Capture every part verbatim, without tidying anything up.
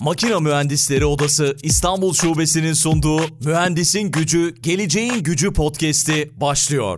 Makine Mühendisleri Odası İstanbul Şubesi'nin sunduğu Mühendisin Gücü, Geleceğin Gücü podcast'i başlıyor.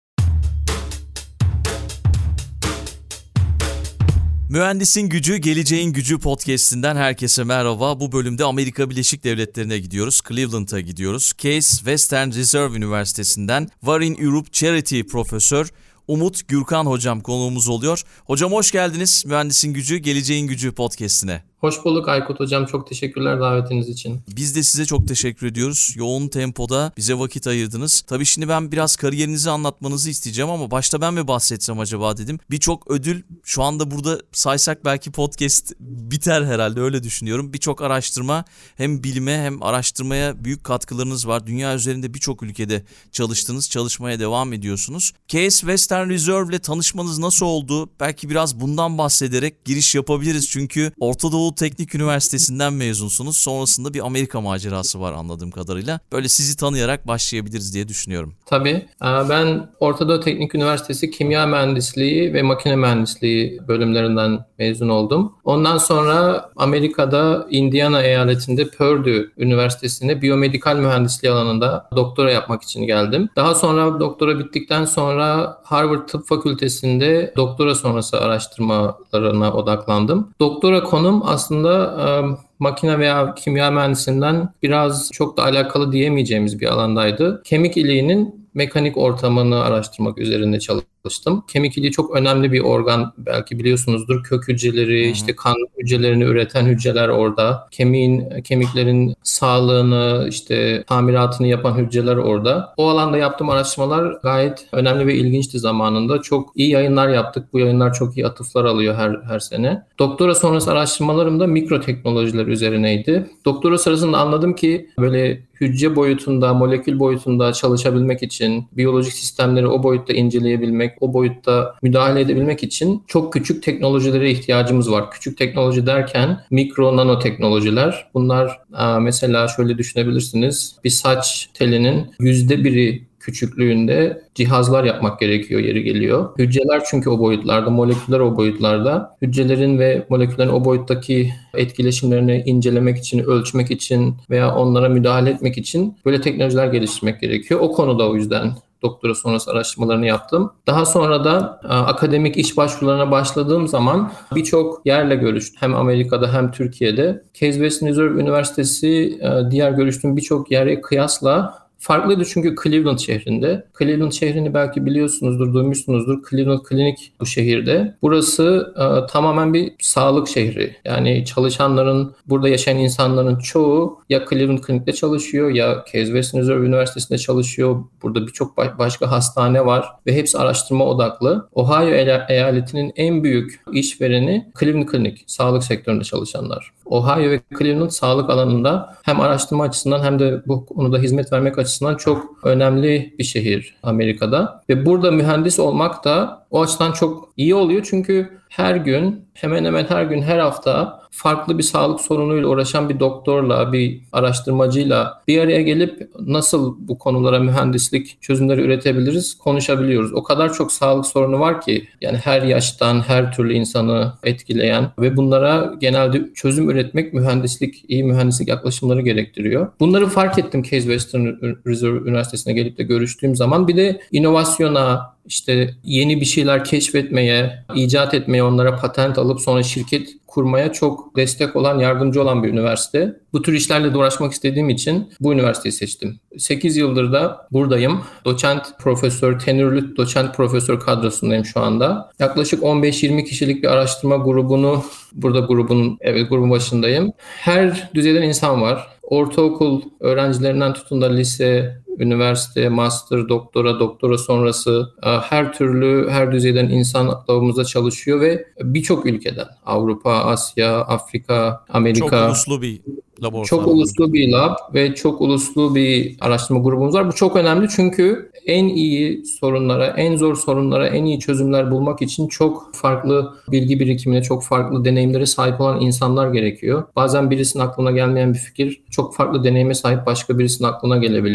Mühendisin Gücü, Geleceğin Gücü podcast'inden herkese merhaba. Bu bölümde Amerika Birleşik Devletleri'ne gidiyoruz. Cleveland'a gidiyoruz. Case Western Reserve Üniversitesi'nden Warren Europe Charity Profesör Umut Gürkan hocam konuğumuz oluyor. Hocam hoş geldiniz Mühendisin Gücü, Geleceğin Gücü podcast'ine. Hoş bulduk Aykut hocam. Çok teşekkürler davetiniz için. Biz de size çok teşekkür ediyoruz. Yoğun tempoda bize vakit ayırdınız. Tabii şimdi ben biraz kariyerinizi anlatmanızı isteyeceğim ama başta ben mi bahsetsem acaba dedim. Birçok ödül şu anda burada saysak belki podcast biter herhalde, öyle düşünüyorum. Birçok araştırma, hem bilime hem araştırmaya büyük katkılarınız var. Dünya üzerinde birçok ülkede çalıştınız, çalışmaya devam ediyorsunuz. Case Western Reserve ile tanışmanız nasıl oldu? Belki biraz bundan bahsederek giriş yapabiliriz. Çünkü Orta Doğu Teknik Üniversitesi'nden mezunsunuz. Sonrasında bir Amerika macerası var anladığım kadarıyla. Böyle sizi tanıyarak başlayabiliriz diye düşünüyorum. Tabii. Ben Orta Doğu Teknik Üniversitesi Kimya Mühendisliği ve Makine Mühendisliği bölümlerinden mezun oldum. Ondan sonra Amerika'da Indiana eyaletinde Purdue Üniversitesi'ne biyomedikal mühendisliği alanında doktora yapmak için geldim. Daha sonra doktora bittikten sonra Harvard Tıp Fakültesi'nde doktora sonrası araştırmalarına odaklandım. Doktora konum aslında Aslında makine veya kimya mühendisinden biraz çok da alakalı diyemeyeceğimiz bir alandaydı. Kemik iliğinin mekanik ortamını araştırmak üzerine çalıştım. Kemik iliği çok önemli bir organ, belki biliyorsunuzdur. Kök hücreleri, Hı-hı. işte kan hücrelerini üreten hücreler orada. Kemiğin, kemiklerin sağlığını, işte tamiratını yapan hücreler orada. O alanda yaptığım araştırmalar gayet önemli ve ilginçti zamanında. Çok iyi yayınlar yaptık. Bu yayınlar çok iyi atıflar alıyor her her sene. Doktora sonrası araştırmalarım da mikro teknolojiler üzerineydi. Doktora sırasında anladım ki böyle hücre boyutunda, molekül boyutunda çalışabilmek için, biyolojik sistemleri o boyutta inceleyebilmek, o boyutta müdahale edebilmek için çok küçük teknolojilere ihtiyacımız var. Küçük teknoloji derken mikro nanoteknolojiler. Bunlar mesela şöyle düşünebilirsiniz. Bir saç telinin yüzde biri küçüklüğünde cihazlar yapmak gerekiyor, yeri geliyor. Hücreler çünkü o boyutlarda, moleküller o boyutlarda. Hücrelerin ve moleküllerin o boyuttaki etkileşimlerini incelemek için, ölçmek için veya onlara müdahale etmek için böyle teknolojiler geliştirmek gerekiyor. O konuda o yüzden doktora sonrası araştırmalarını yaptım. Daha sonra da a, akademik iş başvurularına başladığım zaman birçok yerle görüştüm. Hem Amerika'da hem Türkiye'de. Case Western Reserve Üniversitesi a, diğer görüştüğüm birçok yere kıyasla farklıydı çünkü Cleveland şehrinde. Cleveland şehrini belki biliyorsunuzdur, duymuşsunuzdur. Cleveland Klinik bu şehirde. Burası e, tamamen bir sağlık şehri. Yani çalışanların, burada yaşayan insanların çoğu ya Cleveland Klinik'te çalışıyor ya Case Western Reserve Üniversitesi'nde çalışıyor. Burada birçok başka hastane var ve hepsi araştırma odaklı. Ohio eyaletinin en büyük işvereni Cleveland Klinik, sağlık sektöründe çalışanlar. Ohio ve Cleveland sağlık alanında hem araştırma açısından hem de bu konuda hizmet vermek açısından çok önemli bir şehir Amerika'da. Ve burada mühendis olmak da o açıdan çok iyi oluyor çünkü her gün, hemen hemen her gün, her hafta farklı bir sağlık sorunuyla uğraşan bir doktorla, bir araştırmacıyla bir araya gelip nasıl bu konulara mühendislik çözümleri üretebiliriz konuşabiliyoruz. O kadar çok sağlık sorunu var ki, yani her yaştan, her türlü insanı etkileyen ve bunlara genelde çözüm üretmek mühendislik, iyi mühendislik yaklaşımları gerektiriyor. Bunları fark ettim Case Western Reserve Üniversitesi'ne gelip de görüştüğüm zaman. Bir de inovasyona, işte yeni bir şeyler keşfetmeye, icat etmeye, onlara patent alıp sonra şirket kurmaya çok destek olan, yardımcı olan bir üniversite. Bu tür işlerle de uğraşmak istediğim için bu üniversiteyi seçtim. sekiz yıldır da buradayım. Doçent profesör, tenürlü doçent profesör kadrosundayım şu anda. Yaklaşık on beş yirmi kişilik bir araştırma grubunu, burada grubun, evet grubun başındayım. Her düzeyden insan var. Ortaokul öğrencilerinden tutun da lise, üniversite, master, doktora, doktora sonrası her türlü, her düzeyden insan labımızda çalışıyor ve birçok ülkeden, Avrupa, Asya, Afrika, Amerika. Çok uluslu bir laboratuvar. Çok uluslu bir lab ve çok uluslu bir araştırma grubumuz var. Bu çok önemli çünkü en iyi sorunlara, en zor sorunlara en iyi çözümler bulmak için çok farklı bilgi birikimine, çok farklı deneyimlere sahip olan insanlar gerekiyor. Bazen birisinin aklına gelmeyen bir fikir çok farklı deneyime sahip başka birisinin aklına gelebiliyor.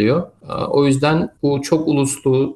O yüzden bu çok uluslu,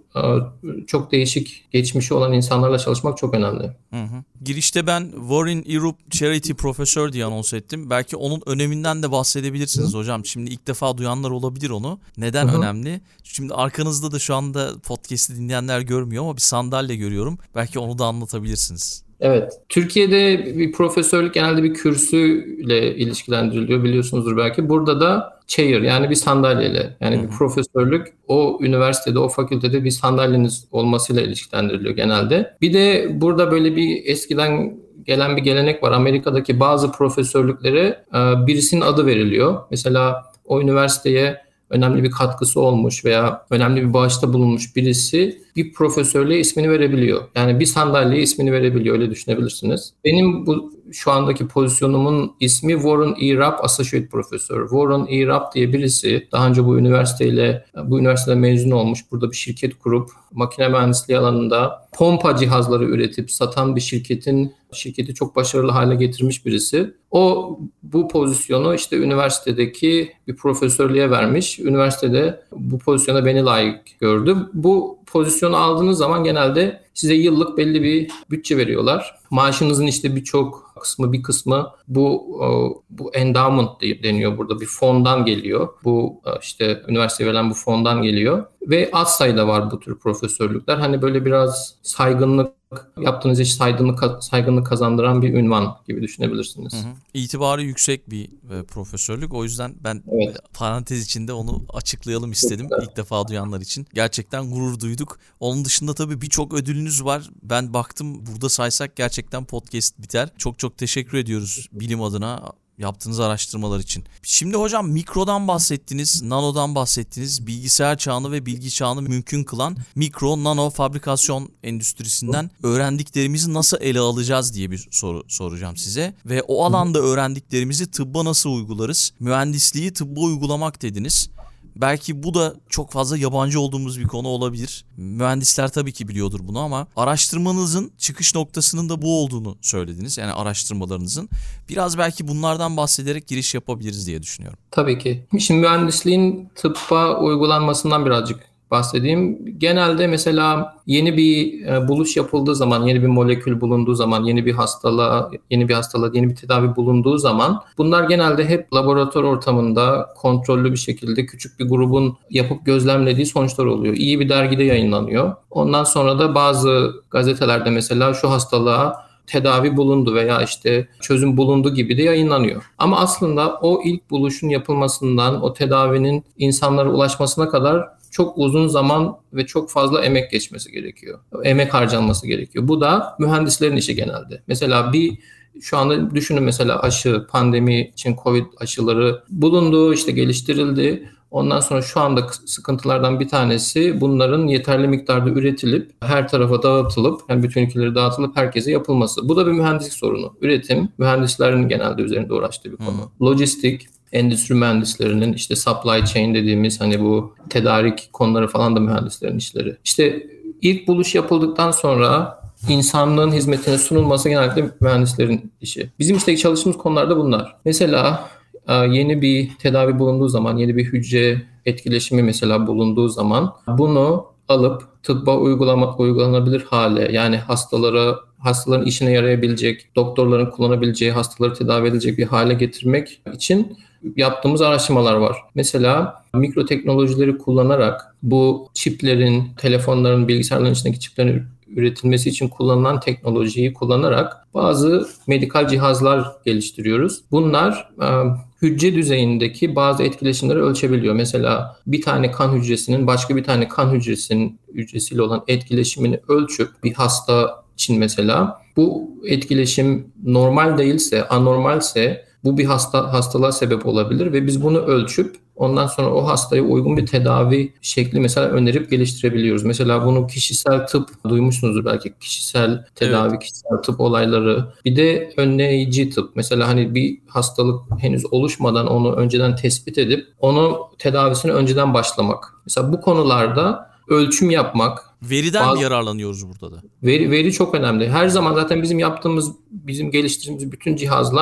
çok değişik geçmişi olan insanlarla çalışmak çok önemli. Hı hı. Girişte ben Warren Erup Charity Professor diye anons ettim. Belki onun öneminden de bahsedebilirsiniz hı. hocam. Şimdi ilk defa duyanlar olabilir onu. Neden hı hı. önemli? Şimdi arkanızda da şu anda podcast'i dinleyenler görmüyor ama bir sandalye görüyorum. Belki onu da anlatabilirsiniz. Evet. Türkiye'de bir profesörlük genelde bir kürsüyle ilişkilendiriliyor, biliyorsunuzdur belki. Burada da chair, yani bir sandalyeyle, yani hı hı. bir profesörlük o üniversitede, o fakültede bir sandalyeniz olmasıyla ilişkilendiriliyor genelde. Bir de burada böyle bir eskiden gelen bir gelenek var. Amerika'daki bazı profesörlüklere birisinin adı veriliyor. Mesela o üniversiteye önemli bir katkısı olmuş veya önemli bir bağışta bulunmuş birisi bir profesörlüğe ismini verebiliyor. Yani bir sandalyeye ismini verebiliyor, öyle düşünebilirsiniz. Benim bu şu andaki pozisyonumun ismi Warren E. Rupp Associate Professor. Warren E. Rupp diye birisi daha önce bu üniversiteyle bu üniversitede mezun olmuş. Burada bir şirket kurup makine mühendisliği alanında pompa cihazları üretip satan bir şirketin şirketi çok başarılı hale getirmiş birisi. O bu pozisyonu işte üniversitedeki bir profesörlüğe vermiş. Üniversitede bu pozisyona beni layık gördü. Bu pozisyonu aldığınız zaman genelde size yıllık belli bir bütçe veriyorlar. Maaşınızın işte birçok kısmı, bir kısmı bu bu endowment deniyor burada, bir fondan geliyor. Bu işte üniversiteye verilen bu fondan geliyor ve az sayıda var bu tür profesörlükler. Hani böyle biraz saygınlık, yaptığınız iş saygınlık, saygınlık kazandıran bir ünvan gibi düşünebilirsiniz. Hı hı. İtibarı yüksek bir e, profesörlük. O yüzden ben evet. parantez içinde onu açıklayalım istedim. İlk defa duyanlar için. Gerçekten gurur duyduk. Onun dışında tabii birçok ödülünüz var. Ben baktım, burada saysak gerçekten podcast biter. Çok çok teşekkür ediyoruz bilim adına yaptığınız araştırmalar için. Şimdi hocam mikrodan bahsettiniz, nanodan bahsettiniz. Bilgisayar çağını ve bilgi çağını mümkün kılan mikro, nano fabrikasyon endüstrisinden öğrendiklerimizi nasıl ele alacağız diye bir soru soracağım size. Ve o alanda öğrendiklerimizi tıbba nasıl uygularız? Mühendisliği tıbba uygulamak dediniz. Belki bu da çok fazla yabancı olduğumuz bir konu olabilir. Mühendisler tabii ki biliyordur bunu ama araştırmanızın çıkış noktasının da bu olduğunu söylediniz. Yani araştırmalarınızın. Biraz belki bunlardan bahsederek giriş yapabiliriz diye düşünüyorum. Tabii ki. Şimdi mühendisliğin tıbba uygulanmasından birazcık bahsedeyim. Genelde mesela yeni bir buluş yapıldığı zaman, yeni bir molekül bulunduğu zaman, yeni bir hastalığa, yeni bir hastalığa, yeni bir tedavi bulunduğu zaman bunlar genelde hep laboratuvar ortamında kontrollü bir şekilde küçük bir grubun yapıp gözlemlediği sonuçlar oluyor. İyi bir dergide yayınlanıyor. Ondan sonra da bazı gazetelerde mesela şu hastalığa tedavi bulundu veya işte çözüm bulundu gibi de yayınlanıyor. Ama aslında o ilk buluşun yapılmasından o tedavinin insanlara ulaşmasına kadar çok uzun zaman ve çok fazla emek geçmesi gerekiyor. Emek harcanması gerekiyor. Bu da mühendislerin işi genelde. Mesela bir şu anda düşünün, mesela aşı, pandemi için Covid aşıları bulundu, işte geliştirildi. Ondan sonra şu anda sıkıntılardan bir tanesi bunların yeterli miktarda üretilip her tarafa dağıtılıp, yani bütün ülkelere dağıtılıp herkese yapılması. Bu da bir mühendislik sorunu. Üretim, mühendislerin genelde üzerinde uğraştığı bir konu. Hmm. Lojistik, endüstri mühendislerinin, işte supply chain dediğimiz hani bu tedarik konuları falan da mühendislerin işleri. İşte ilk buluş yapıldıktan sonra insanlığın hizmetine sunulması genellikle mühendislerin işi. Bizim işte çalıştığımız konularda bunlar. Mesela yeni bir tedavi bulunduğu zaman, yeni bir hücre etkileşimi mesela bulunduğu zaman bunu alıp tıbba uygulama, uygulanabilir hale, yani hastalara, hastaların işine yarayabilecek, doktorların kullanabileceği, hastaları tedavi edilecek bir hale getirmek için yaptığımız araştırmalar var. Mesela mikro teknolojileri kullanarak bu çiplerin, telefonların, bilgisayarların içindeki çiplerin üretilmesi için kullanılan teknolojiyi kullanarak bazı medikal cihazlar geliştiriyoruz. Bunlar e, hücre düzeyindeki bazı etkileşimleri ölçebiliyor. Mesela bir tane kan hücresinin başka bir tane kan hücresinin hücresiyle olan etkileşimini ölçüp bir hasta için mesela bu etkileşim normal değilse, anormalse bu bir hasta hastalığa sebep olabilir ve biz bunu ölçüp ondan sonra o hastaya uygun bir tedavi şekli mesela önerip geliştirebiliyoruz. Mesela bunu kişisel tıp, duymuşsunuzdur belki, kişisel tedavi, evet. Kişisel tıp olayları. Bir de önleyici tıp. Mesela hani bir hastalık henüz oluşmadan onu önceden tespit edip onu tedavisine önceden başlamak. Mesela bu konularda ölçüm yapmak. Veriden bazı... yararlanıyoruz burada da. Veri, veri çok önemli. Her zaman zaten bizim yaptığımız, bizim geliştirdiğimiz bütün cihazlar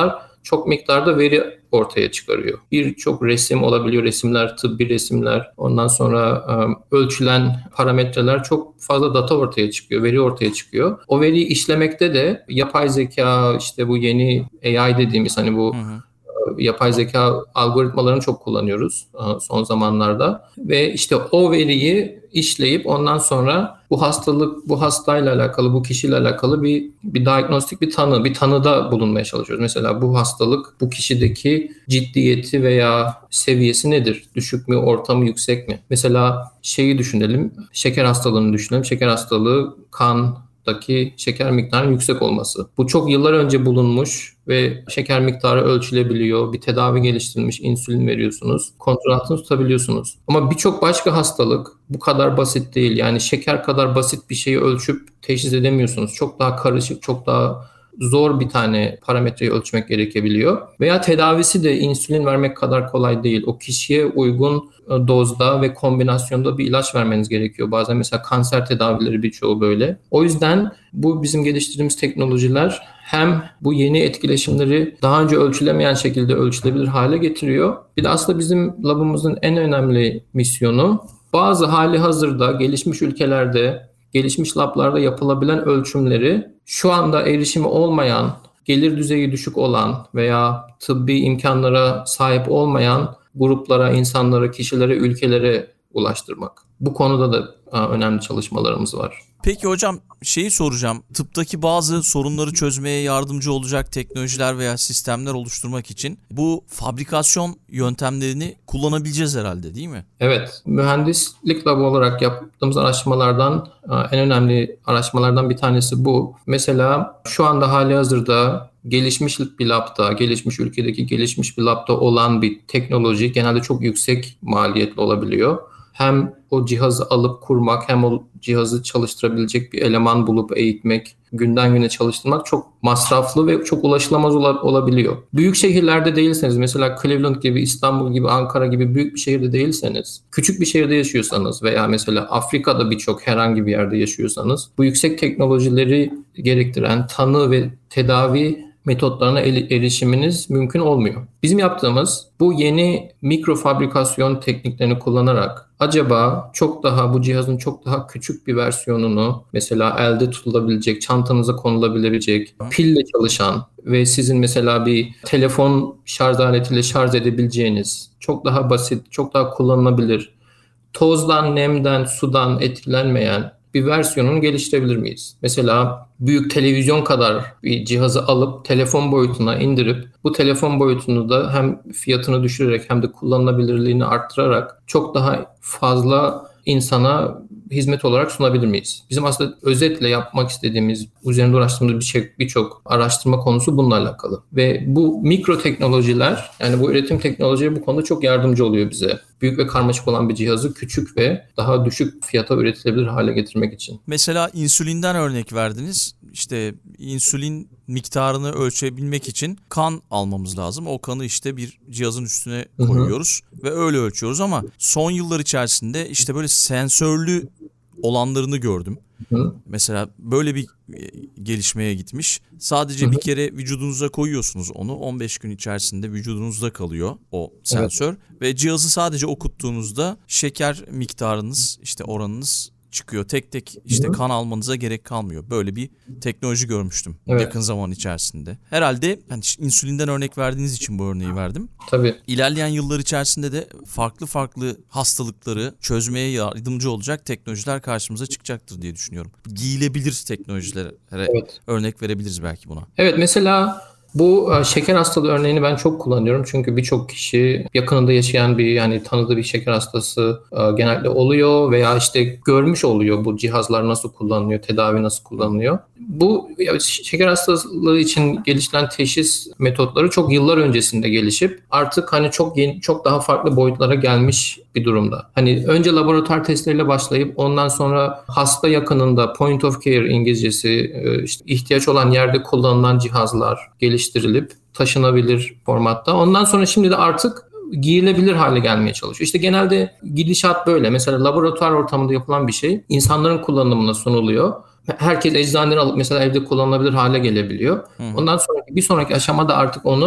çok miktarda veri ortaya çıkarıyor. Birçok resim olabiliyor, resimler, tıbbi resimler, ondan sonra e, ölçülen parametreler, çok fazla data ortaya çıkıyor, veri ortaya çıkıyor. O veriyi işlemekte de yapay zeka, işte bu yeni A I dediğimiz hani bu hı hı. yapay zeka algoritmalarını çok kullanıyoruz son zamanlarda ve işte o veriyi işleyip ondan sonra bu hastalık, bu hastayla alakalı, bu kişiyle alakalı bir bir diagnostik bir tanı, bir tanıda bulunmaya çalışıyoruz. Mesela bu hastalık, bu kişideki ciddiyeti veya seviyesi nedir? Düşük mü, orta mı, yüksek mi? Mesela şeyi düşünelim, şeker hastalığını düşünelim. Şeker hastalığı, kan daki şeker miktarının yüksek olması. Bu çok yıllar önce bulunmuş ve şeker miktarı ölçülebiliyor. Bir tedavi geliştirilmiş, insülin veriyorsunuz. Kontrol altında tutabiliyorsunuz. Ama birçok başka hastalık bu kadar basit değil. Yani şeker kadar basit bir şeyi ölçüp teşhis edemiyorsunuz. Çok daha karışık, çok daha zor bir tane parametreyi ölçmek gerekebiliyor. Veya tedavisi de insülin vermek kadar kolay değil. O kişiye uygun dozda ve kombinasyonda bir ilaç vermeniz gerekiyor. Bazen mesela kanser tedavileri birçoğu böyle. O yüzden bu bizim geliştirdiğimiz teknolojiler hem bu yeni etkileşimleri daha önce ölçülemeyen şekilde ölçülebilir hale getiriyor. Bir de aslında bizim labımızın en önemli misyonu bazı hali hazırda gelişmiş ülkelerde, gelişmiş lablarda yapılabilen ölçümleri şu anda erişimi olmayan, gelir düzeyi düşük olan veya tıbbi imkanlara sahip olmayan gruplara, insanlara, kişilere, ülkelere ulaştırmak. Bu konuda da önemli çalışmalarımız var. Peki hocam şeyi soracağım. Tıptaki bazı sorunları çözmeye yardımcı olacak teknolojiler veya sistemler oluşturmak için bu fabrikasyon yöntemlerini kullanabileceğiz herhalde, değil mi? Evet. Mühendislik labı olarak yaptığımız araştırmalardan en önemli araştırmalardan bir tanesi bu. Mesela şu anda hali hazırda gelişmiş bir labda, gelişmiş ülkedeki gelişmiş bir labda olan bir teknoloji genelde çok yüksek maliyetli olabiliyor. Hem o cihazı alıp kurmak, hem o cihazı çalıştırabilecek bir eleman bulup eğitmek, günden güne çalıştırmak çok masraflı ve çok ulaşılamaz olabiliyor. Büyük şehirlerde değilseniz, mesela Cleveland gibi, İstanbul gibi, Ankara gibi büyük bir şehirde değilseniz, küçük bir şehirde yaşıyorsanız veya mesela Afrika'da birçok herhangi bir yerde yaşıyorsanız, bu yüksek teknolojileri gerektiren tanı ve tedavi metotlarına erişiminiz mümkün olmuyor. Bizim yaptığımız bu yeni mikro fabrikasyon tekniklerini kullanarak acaba çok daha bu cihazın çok daha küçük bir versiyonunu, mesela elde tutulabilecek, çantanıza konulabilecek, pille çalışan ve sizin mesela bir telefon şarj aletiyle şarj edebileceğiniz, çok daha basit, çok daha kullanılabilir, tozdan, nemden, sudan etkilenmeyen bir versiyonunu geliştirebilir miyiz? Mesela büyük televizyon kadar bir cihazı alıp telefon boyutuna indirip bu telefon boyutunu da hem fiyatını düşürerek hem de kullanılabilirliğini arttırarak çok daha fazla insana hizmet olarak sunabilir miyiz? Bizim aslında özetle yapmak istediğimiz, üzerinde uğraştığımız birçok birçok araştırma konusu bununla alakalı. Ve bu mikro teknolojiler, yani bu üretim teknolojileri bu konuda çok yardımcı oluyor bize. Büyük ve karmaşık olan bir cihazı küçük ve daha düşük fiyata üretilebilir hale getirmek için. Mesela insülinden örnek verdiniz. İşte insülin miktarını ölçebilmek için kan almamız lazım. O kanı işte bir cihazın üstüne koyuyoruz hı hı. ve öyle ölçüyoruz ama son yıllar içerisinde işte böyle sensörlü olanlarını gördüm. Hı. Mesela böyle bir gelişmeye gitmiş. Sadece hı hı. bir kere vücudunuza koyuyorsunuz onu. on beş gün içerisinde vücudunuzda kalıyor o sensör. Evet. Ve cihazı sadece okuttuğunuzda şeker miktarınız, işte oranınız çıkıyor. Tek tek işte kan almanıza gerek kalmıyor. Böyle bir teknoloji görmüştüm evet. yakın zaman içerisinde. Herhalde yani insülinden örnek verdiğiniz için bu örneği verdim. Tabii. İlerleyen yıllar içerisinde de farklı farklı hastalıkları çözmeye yardımcı olacak teknolojiler karşımıza çıkacaktır diye düşünüyorum. Giyilebilir teknolojilere evet. örnek verebiliriz belki buna. Evet, mesela bu şeker hastalığı örneğini ben çok kullanıyorum. Çünkü birçok kişi yakınında yaşayan bir, yani tanıdığı bir şeker hastası genellikle oluyor veya işte görmüş oluyor bu cihazlar nasıl kullanılıyor, tedavi nasıl kullanılıyor. Bu şeker hastalığı için geliştirilen teşhis metotları çok yıllar öncesinde gelişip artık hani çok yeni, çok daha farklı boyutlara gelmiş bir durumda. Hani önce laboratuvar testleriyle başlayıp ondan sonra hasta yakınında point of care İngilizcesi, işte ihtiyaç olan yerde kullanılan cihazlar geliştirilip taşınabilir formatta. Ondan sonra şimdi de artık giyilebilir hale gelmeye çalışıyor. İşte genelde gidişat böyle. Mesela laboratuvar ortamında yapılan bir şey insanların kullanımına sunuluyor. Herkes eczaneden alıp mesela evde kullanılabilir hale gelebiliyor. Hı. Ondan sonra bir sonraki aşamada artık onu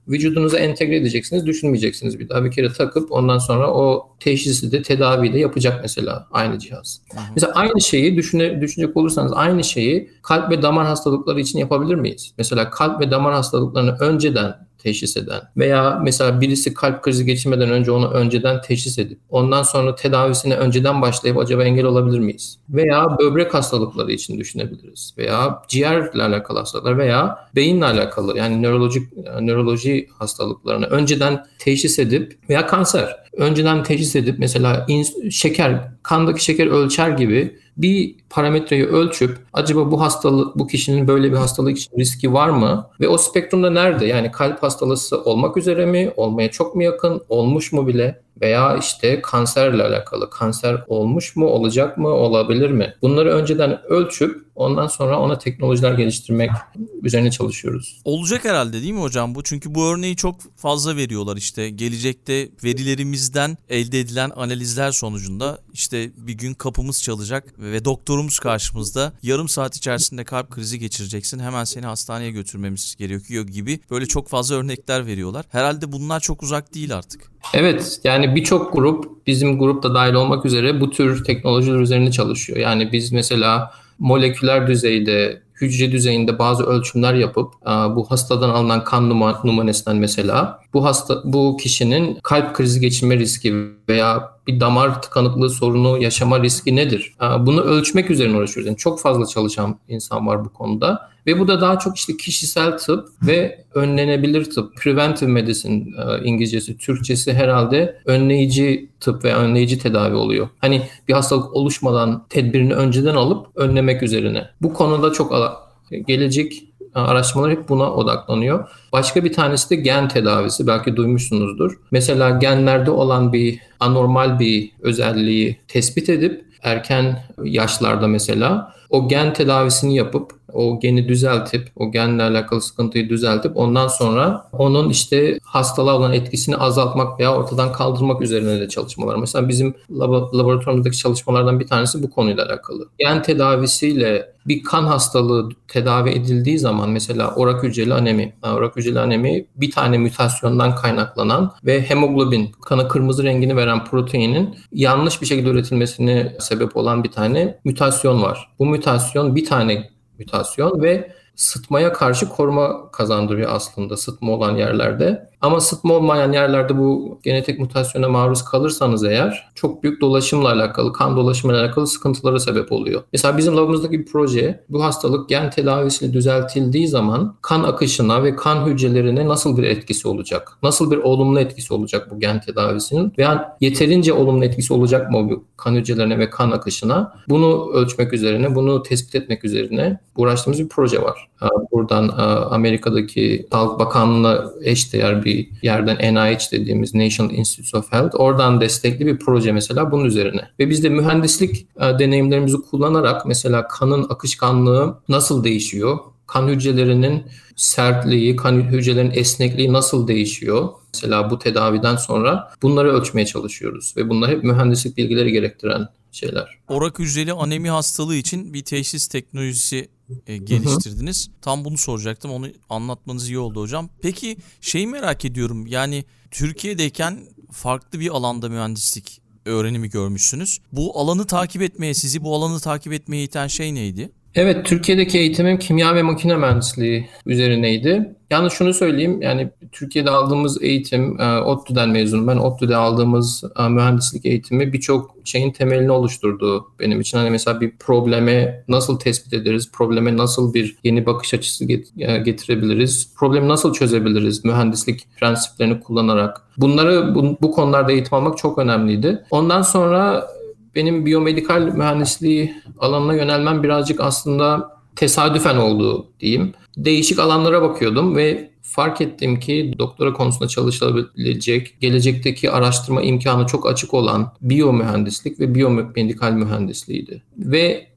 vücudunuza entegre edeceksiniz, düşünmeyeceksiniz bir daha. Bir kere takıp ondan sonra o teşhisi de tedaviyi de yapacak mesela aynı cihaz. Hı hı. Mesela aynı şeyi düşüne, düşünecek olursanız aynı şeyi kalp ve damar hastalıkları için yapabilir miyiz? Mesela kalp ve damar hastalıklarını önceden teşhis eden veya mesela birisi kalp krizi geçirmeden önce onu önceden teşhis edip ondan sonra tedavisine önceden başlayıp acaba engel olabilir miyiz? Veya böbrek hastalıkları için düşünebiliriz veya ciğerle alakalı hastalıklar veya beyinle alakalı yani nörolojik nöroloji hastalıklarını önceden teşhis edip veya kanser önceden teşhis edip mesela ins- şeker, kandaki şeker ölçer gibi bir parametreyi ölçüp acaba bu hastalık, bu kişinin böyle bir hastalık için riski var mı? Ve o spektrumda nerede? Yani kalp hastalığı olmak üzere mi? Olmaya çok mu yakın? Olmuş mu bile? Veya işte kanserle alakalı. Kanser olmuş mu? Olacak mı? Olabilir mi? Bunları önceden ölçüp ondan sonra ona teknolojiler geliştirmek üzerine çalışıyoruz. Olacak herhalde değil mi hocam bu? Çünkü bu örneği çok fazla veriyorlar işte. Gelecekte verilerimizden elde edilen analizler sonucunda işte bir gün kapımız çalacak ve doktorumuz karşımızda yarım saat içerisinde kalp krizi geçireceksin. Hemen seni hastaneye götürmemiz gerekiyor gibi böyle çok fazla örnekler veriyorlar. Herhalde bunlar çok uzak değil artık. Evet, yani birçok grup, bizim grup da dahil olmak üzere bu tür teknolojiler üzerine çalışıyor. Yani biz mesela moleküler düzeyde, hücre düzeyinde bazı ölçümler yapıp bu hastadan alınan kan numunesinden mesela bu hasta bu kişinin kalp krizi geçirme riski veya bir damar tıkanıklığı sorunu yaşama riski nedir? Bunu ölçmek üzerine uğraşıyoruz. Yani çok fazla çalışan insan var bu konuda. Ve bu da daha çok işte kişisel tıp ve önlenebilir tıp. Preventive medicine İngilizcesi, Türkçesi herhalde önleyici tıp ve önleyici tedavi oluyor. Hani bir hastalık oluşmadan tedbirini önceden alıp önlemek üzerine. Bu konuda çok gelecek araştırmalar hep buna odaklanıyor. Başka bir tanesi de gen tedavisi. Belki duymuşsunuzdur. Mesela genlerde olan bir anormal bir özelliği tespit edip erken yaşlarda mesela o gen tedavisini yapıp o geni düzeltip, o genle alakalı sıkıntıyı düzeltip ondan sonra onun işte hastalığa olan etkisini azaltmak veya ortadan kaldırmak üzerine de çalışmalar. Mesela bizim lab- laboratuvarımızdaki çalışmalardan bir tanesi bu konuyla alakalı. Gen tedavisiyle bir kan hastalığı tedavi edildiği zaman mesela orak hücreli anemi, orak hücreli anemi bir tane mutasyondan kaynaklanan ve hemoglobin, kana kırmızı rengini veren proteinin yanlış bir şekilde üretilmesine sebep olan bir tane mutasyon var. Bu mutasyon bir tane mutasyon ve sıtmaya karşı koruma kazandırıyor aslında sıtma olan yerlerde. Ama sıtma olmayan yerlerde bu genetik mutasyona maruz kalırsanız eğer çok büyük dolaşımla alakalı, kan dolaşımıyla alakalı sıkıntılara sebep oluyor. Mesela bizim labımızdaki bir proje bu hastalık gen tedavisiyle düzeltildiği zaman kan akışına ve kan hücrelerine nasıl bir etkisi olacak? Nasıl bir olumlu etkisi olacak bu gen tedavisinin? Veya yeterince olumlu etkisi olacak mı bu kan hücrelerine ve kan akışına? Bunu ölçmek üzerine, bunu tespit etmek üzerine uğraştığımız bir proje var. Buradan Amerika'daki Sağlık Bakanlığı'na eşdeğer bir yerden N I H dediğimiz National Institutes of Health oradan destekli bir proje mesela bunun üzerine. Ve biz de mühendislik deneyimlerimizi kullanarak mesela kanın akışkanlığı nasıl değişiyor? Kan hücrelerinin sertliği, kan hücrelerinin esnekliği nasıl değişiyor? Mesela bu tedaviden sonra bunları ölçmeye çalışıyoruz. Ve bunlar hep mühendislik bilgileri gerektiren şeyler. Orak hücreli anemi hastalığı için bir teşhis teknolojisi e, geliştirdiniz. Hı hı. Tam bunu soracaktım. Onu anlatmanız iyi oldu hocam. Peki şeyi merak ediyorum. Yani Türkiye'deyken farklı bir alanda mühendislik öğrenimi görmüşsünüz. Bu alanı takip etmeye, sizi bu alanı takip etmeye iten şey neydi? Evet, Türkiye'deki eğitimim kimya ve makine mühendisliği üzerineydi. Yalnız şunu söyleyeyim, yani Türkiye'de aldığımız eğitim, ODTÜ'den mezunum ben. ODTÜ'de aldığımız mühendislik eğitimi birçok şeyin temelini oluşturdu benim için. Hani mesela bir probleme nasıl tespit ederiz, probleme nasıl bir yeni bakış açısı getirebiliriz, problemi nasıl çözebiliriz mühendislik prensiplerini kullanarak. Bunları bu, bu konularda eğitim almak çok önemliydi. Ondan sonra benim biyomedikal mühendisliği alanına yönelmem birazcık aslında tesadüfen oldu diyeyim. Değişik alanlara bakıyordum ve fark ettim ki doktora konusunda çalışılabilecek, gelecekteki araştırma imkanı çok açık olan biyomühendislik ve biyomedikal mühendisliğiydi. Ve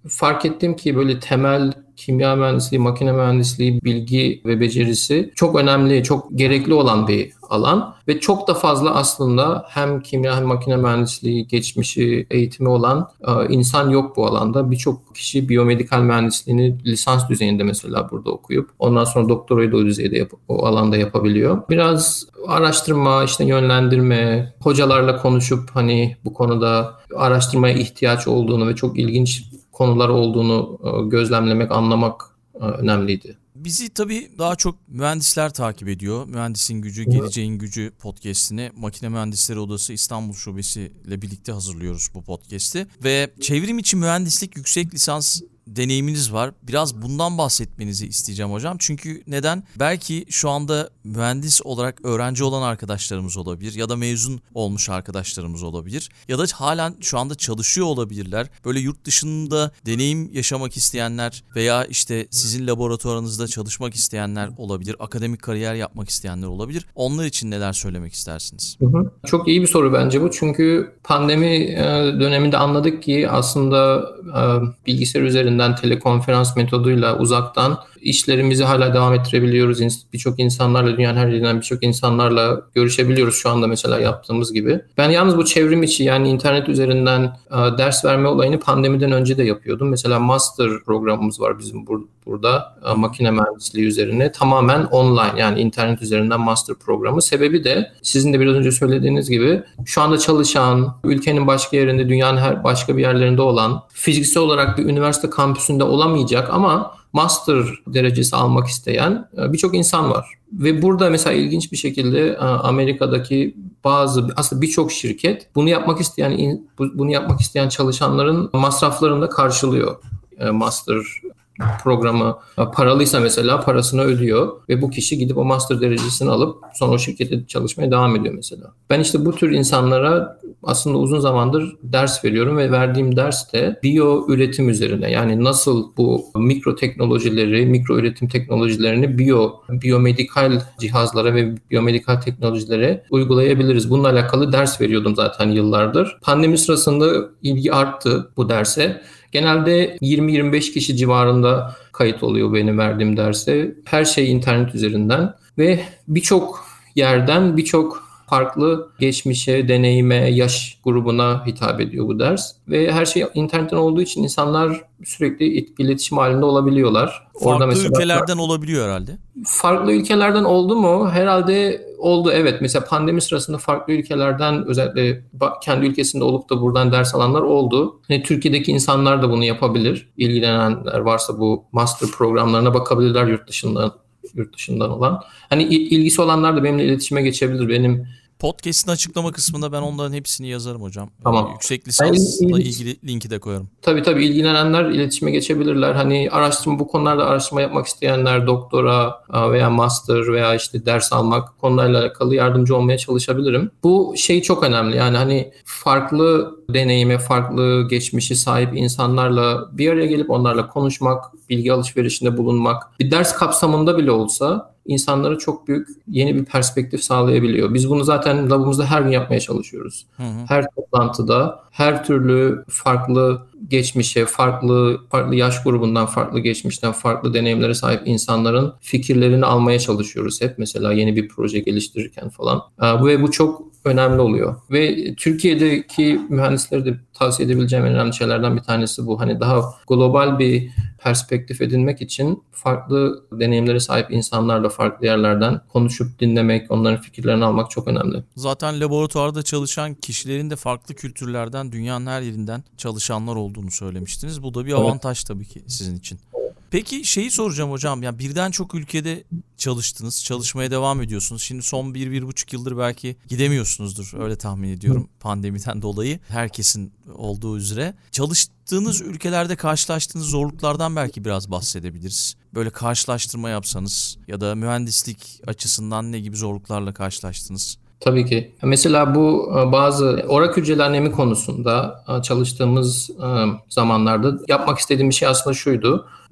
fark ettim ki böyle temel kimya mühendisliği, makine mühendisliği bilgi ve becerisi çok önemli, çok gerekli olan bir alan ve çok da fazla aslında hem kimya hem makine mühendisliği geçmişi, eğitimi olan e, insan yok bu alanda. Birçok kişi biyomedikal mühendisliğini lisans düzeyinde mesela burada okuyup ondan sonra doktorayı da o düzeyde yap- o alanda yapabiliyor. Biraz araştırma, işte yönlendirme, hocalarla konuşup hani bu konuda araştırmaya ihtiyaç olduğunu ve çok ilginç konular olduğunu gözlemlemek, anlamak önemliydi. Bizi tabii daha çok mühendisler takip ediyor. Mühendisin Gücü, Geleceğin Gücü podcast'ini Makine Mühendisleri Odası İstanbul Şubesi ile birlikte hazırlıyoruz bu podcast'i. Ve çevrim içi mühendislik yüksek lisans deneyiminiz var. Biraz bundan bahsetmenizi isteyeceğim hocam. Çünkü neden? Belki şu anda mühendis olarak öğrenci olan arkadaşlarımız olabilir ya da mezun olmuş arkadaşlarımız olabilir ya da halen şu anda çalışıyor olabilirler. Böyle yurt dışında deneyim yaşamak isteyenler veya işte sizin laboratuvarınızda çalışmak isteyenler olabilir. Akademik kariyer yapmak isteyenler olabilir. Onlar için neler söylemek istersiniz? Hı hı. Çok iyi bir soru bence bu. Çünkü pandemi döneminde anladık ki aslında bilgisayar üzerinde telekonferans metoduyla uzaktan işlerimizi hala devam ettirebiliyoruz. Birçok insanlarla, dünyanın her yerinden birçok insanlarla görüşebiliyoruz şu anda mesela yaptığımız gibi. Ben yalnız bu çevrim içi yani internet üzerinden e, ders verme olayını pandemiden önce de yapıyordum. Mesela master programımız var bizim bur- burada e, makine mühendisliği üzerine. Tamamen online yani internet üzerinden master programı. Sebebi de sizin de biraz önce söylediğiniz gibi şu anda çalışan, ülkenin başka yerinde, dünyanın her başka bir yerlerinde olan, fiziksel olarak bir üniversite kampüsünde olamayacak ama master derecesi almak isteyen birçok insan var. Ve burada mesela ilginç bir şekilde Amerika'daki bazı aslında birçok şirket bunu yapmak isteyen bunu yapmak isteyen çalışanların masraflarını da karşılıyor. Master programı paralıysa mesela parasını ödüyor ve bu kişi gidip o master derecesini alıp sonra o şirkette çalışmaya devam ediyor mesela. Ben işte bu tür insanlara aslında uzun zamandır ders veriyorum ve verdiğim ders de biyo üretim üzerine yani nasıl bu mikro teknolojileri, mikro üretim teknolojilerini biyo, biyomedikal cihazlara ve biyomedikal teknolojilere uygulayabiliriz. Bununla alakalı ders veriyordum zaten yıllardır. Pandemi sırasında ilgi arttı bu derse. Genelde yirmi yirmi beş kişi civarında kayıt oluyor benim verdiğim derse. Her şey internet üzerinden ve birçok yerden birçok farklı geçmişe, deneyime, yaş grubuna hitap ediyor bu ders. Ve her şey internetten olduğu için insanlar sürekli iletişim halinde olabiliyorlar. Farklı Orada mesela ülkelerden olabiliyor herhalde. Farklı ülkelerden oldu mu? Herhalde oldu evet. Mesela pandemi sırasında farklı ülkelerden özellikle kendi ülkesinde olup da buradan ders alanlar oldu. Hani Türkiye'deki insanlar da bunu yapabilir. İlgilenenler varsa bu master programlarına bakabilirler yurt dışından yurt dışından olan. Hani ilgisi olanlar da benimle iletişime geçebilir. Benim Podcast'ın açıklama kısmında ben onların hepsini yazarım hocam. Tamam. Ee, yüksek lisansla ilgili linki de koyarım. Tabii tabii ilgilenenler iletişime geçebilirler. Hani araştırma bu konularda araştırma yapmak isteyenler doktora veya master veya işte ders almak konularla alakalı yardımcı olmaya çalışabilirim. Bu şey çok önemli. Yani hani farklı deneyime, farklı geçmişi sahip insanlarla bir araya gelip onlarla konuşmak, bilgi alışverişinde bulunmak, bir ders kapsamında bile olsa insanlara çok büyük yeni bir perspektif sağlayabiliyor. Biz bunu zaten labımızda her gün yapmaya çalışıyoruz. Hı hı. Her toplantıda her türlü farklı geçmişe, farklı farklı yaş grubundan, farklı geçmişten, farklı deneyimlere sahip insanların fikirlerini almaya çalışıyoruz hep. Mesela yeni bir proje geliştirirken falan. Ve bu çok önemli oluyor. Ve Türkiye'deki mühendisleri de tavsiye edebileceğim en önemli şeylerden bir tanesi bu. Hani daha global bir perspektif edinmek için farklı deneyimlere sahip insanlarla farklı yerlerden konuşup dinlemek, onların fikirlerini almak çok önemli. Zaten laboratuvarda çalışan kişilerin de farklı kültürlerden, dünyanın her yerinden çalışanlar olduğunu söylemiştiniz. Bu da bir avantaj evet. Tabii ki sizin için. Peki şeyi soracağım hocam. Yani birden çok ülkede çalıştınız, çalışmaya devam ediyorsunuz. Şimdi son bir, bir buçuk yıldır belki gidemiyorsunuzdur. Öyle tahmin ediyorum Hı. pandemiden dolayı. Herkesin olduğu üzere. Çalıştığınız ülkelerde karşılaştığınız zorluklardan belki biraz bahsedebiliriz. Böyle karşılaştırma yapsanız ya da mühendislik açısından ne gibi zorluklarla karşılaştınız? Tabii ki. Mesela bu bazı orak hücrelenme konusunda çalıştığımız zamanlarda yapmak istediğim bir şey aslında şuydu.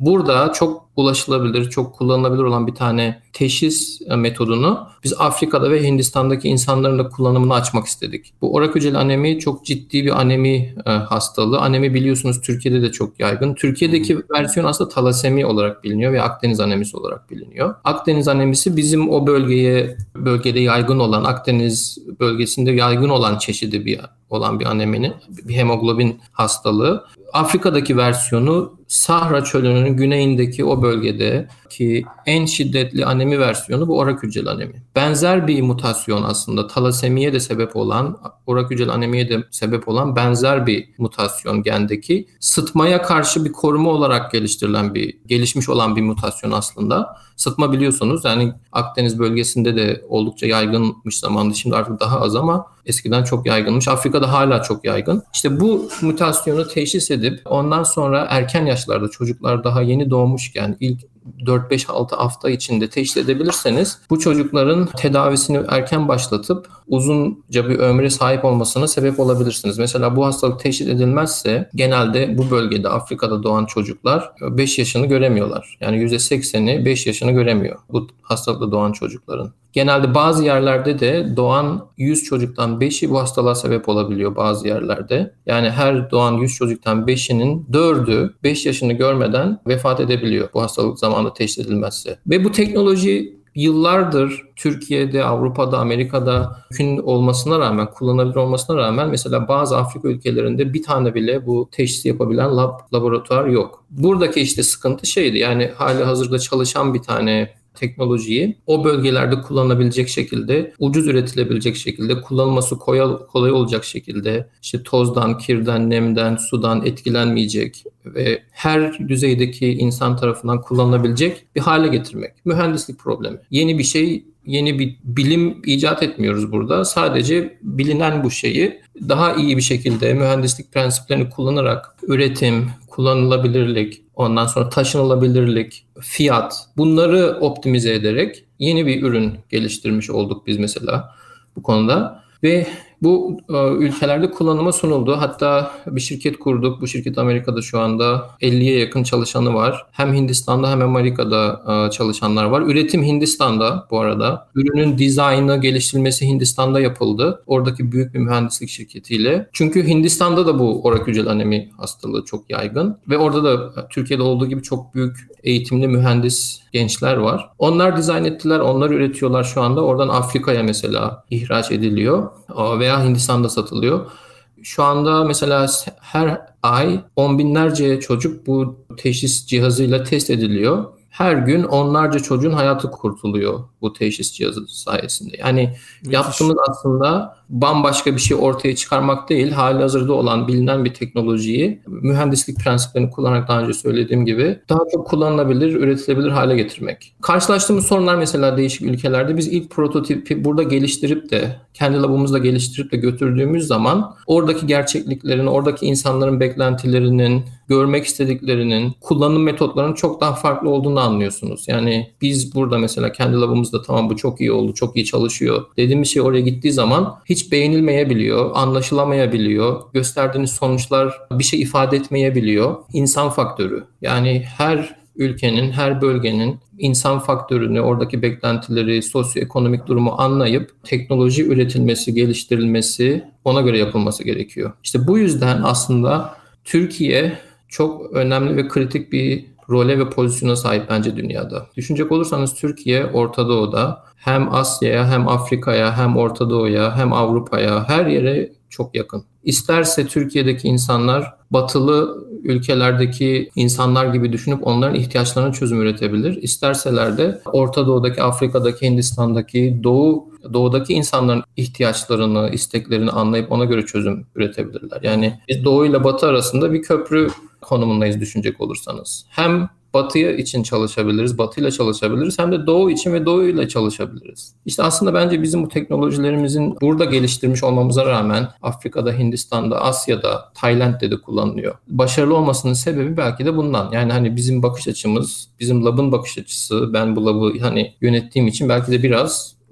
Burada çok ulaşılabilir, çok kullanılabilir olan bir tane teşhis metodunu biz Afrika'da ve Hindistan'daki insanların da kullanımını açmak istedik. Bu orak hücreli anemi çok ciddi bir anemi hastalığı. Anemi biliyorsunuz Türkiye'de de çok yaygın. Türkiye'deki versiyon aslında talasemi olarak biliniyor ve Akdeniz anemisi olarak biliniyor. Akdeniz anemisi bizim o bölgeye bölgede yaygın olan, Akdeniz bölgesinde yaygın olan çeşidi bir olan bir aneminin, bir hemoglobin hastalığı. Afrika'daki versiyonu Sahra Çölü'nün güneyindeki o bölgedeki en şiddetli anemi versiyonu bu orak hücreli anemi. Benzer bir mutasyon aslında talasemiye de sebep olan, orak hücreli anemiye de sebep olan benzer bir mutasyon gendeki sıtmaya karşı bir koruma olarak geliştirilen bir, gelişmiş olan bir mutasyon aslında. Sıtma biliyorsunuz yani Akdeniz bölgesinde de oldukça yaygınmış zamanında, şimdi artık daha az ama eskiden çok yaygınmış. Afrika'da hala çok yaygın. İşte bu mutasyonu teşhis edip ondan sonra erken yaşlarda çocuklar daha yeni doğmuşken ilk dört beş altı hafta içinde teşhis edebilirseniz bu çocukların tedavisini erken başlatıp uzunca bir ömre sahip olmasına sebep olabilirsiniz. Mesela bu hastalık teşhis edilmezse genelde bu bölgede Afrika'da doğan çocuklar beş yaşını göremiyorlar. Yani yüzde sekseni beş yaşını göremiyor bu hastalıkla doğan çocukların. Genelde bazı yerlerde de doğan yüz çocuktan beşi bu hastalığa sebep olabiliyor bazı yerlerde. Yani her doğan yüz çocuktan beşinin dördü beş yaşını görmeden vefat edebiliyor bu hastalık zamanında teşhis edilmezse. Ve bu teknoloji yıllardır Türkiye'de, Avrupa'da, Amerika'da mümkün olmasına rağmen, kullanılabilir olmasına rağmen mesela bazı Afrika ülkelerinde bir tane bile bu teşhisi yapabilen lab, laboratuvar yok. Buradaki işte sıkıntı şeydi, yani hali hazırda çalışan bir tane teknolojiyi o bölgelerde kullanılabilecek şekilde, ucuz üretilebilecek şekilde, kullanılması kolay, kolay olacak şekilde, işte tozdan, kirden, nemden, sudan etkilenmeyecek ve her düzeydeki insan tarafından kullanılabilecek bir hale getirmek. Mühendislik problemi. Yeni bir şey, yeni bir bilim icat etmiyoruz burada. Sadece bilinen bu şeyi daha iyi bir şekilde mühendislik prensiplerini kullanarak üretim, kullanılabilirlik, ondan sonra taşınılabilirlik, fiyat, bunları optimize ederek yeni bir ürün geliştirmiş olduk biz mesela bu konuda. Ve bu e, ülkelerde kullanıma sunuldu. Hatta bir şirket kurduk. Bu şirket Amerika'da şu anda elliye yakın çalışanı var. Hem Hindistan'da hem Amerika'da e, çalışanlar var. Üretim Hindistan'da bu arada. Ürünün dizaynı, geliştirilmesi Hindistan'da yapıldı. Oradaki büyük bir mühendislik şirketiyle. Çünkü Hindistan'da da bu orak hücreli anemi hastalığı çok yaygın. Ve orada da Türkiye'de olduğu gibi çok büyük eğitimli mühendis gençler var. Onlar dizayn ettiler, onlar üretiyorlar şu anda. Oradan Afrika'ya mesela ihraç ediliyor veya Hindistan'da satılıyor. Şu anda mesela her ay on binlerce çocuk bu teşhis cihazıyla test ediliyor. Her gün onlarca çocuğun hayatı kurtuluyor bu teşhis cihazı sayesinde. Yani Müthiş. Yaptığımız aslında bambaşka bir şey ortaya çıkarmak değil, halihazırda olan bilinen bir teknolojiyi mühendislik prensiplerini kullanarak daha önce söylediğim gibi daha çok kullanılabilir, üretilebilir hale getirmek. Karşılaştığımız sorunlar mesela değişik ülkelerde biz ilk prototipi burada geliştirip de kendi labımızda geliştirip de götürdüğümüz zaman oradaki gerçekliklerin, oradaki insanların beklentilerinin, görmek istediklerinin, kullanım metotlarının çok daha farklı olduğunu anlıyorsunuz. Yani biz burada mesela kendi labımızda tamam bu çok iyi oldu, çok iyi çalışıyor dediğimiz şey oraya gittiği zaman hiç beğenilmeyebiliyor, anlaşılamayabiliyor, gösterdiğiniz sonuçlar bir şey ifade etmeyebiliyor. İnsan faktörü, yani her ülkenin, her bölgenin insan faktörünü, oradaki beklentileri, sosyoekonomik durumu anlayıp teknoloji üretilmesi, geliştirilmesi, ona göre yapılması gerekiyor. İşte bu yüzden aslında Türkiye çok önemli ve kritik bir role ve pozisyona sahip bence dünyada. Düşünecek olursanız Türkiye Orta Doğu'da hem Asya'ya hem Afrika'ya hem Orta Doğu'ya hem Avrupa'ya her yere çok yakın. İsterse Türkiye'deki insanlar batılı ülkelerdeki insanlar gibi düşünüp onların ihtiyaçlarına çözüm üretebilir. İsterseler de Orta Doğu'daki, Afrika'daki, Hindistan'daki, Doğu, Doğu'daki insanların ihtiyaçlarını, isteklerini anlayıp ona göre çözüm üretebilirler. Yani biz Doğu ile Batı arasında bir köprü konumundayız düşünecek olursanız. Hem Batı'ya için çalışabiliriz, Batı'yla çalışabiliriz hem de Doğu için ve Doğu'yla çalışabiliriz. İşte aslında bence bizim bu teknolojilerimizin burada geliştirmiş olmamıza rağmen Afrika'da, Hindistan'da, Asya'da, Tayland'de de kullanılıyor. Başarılı olmasının sebebi belki de bundan. Yani hani bizim bakış açımız, bizim labın bakış açısı, ben bu labı hani yönettiğim için belki de biraz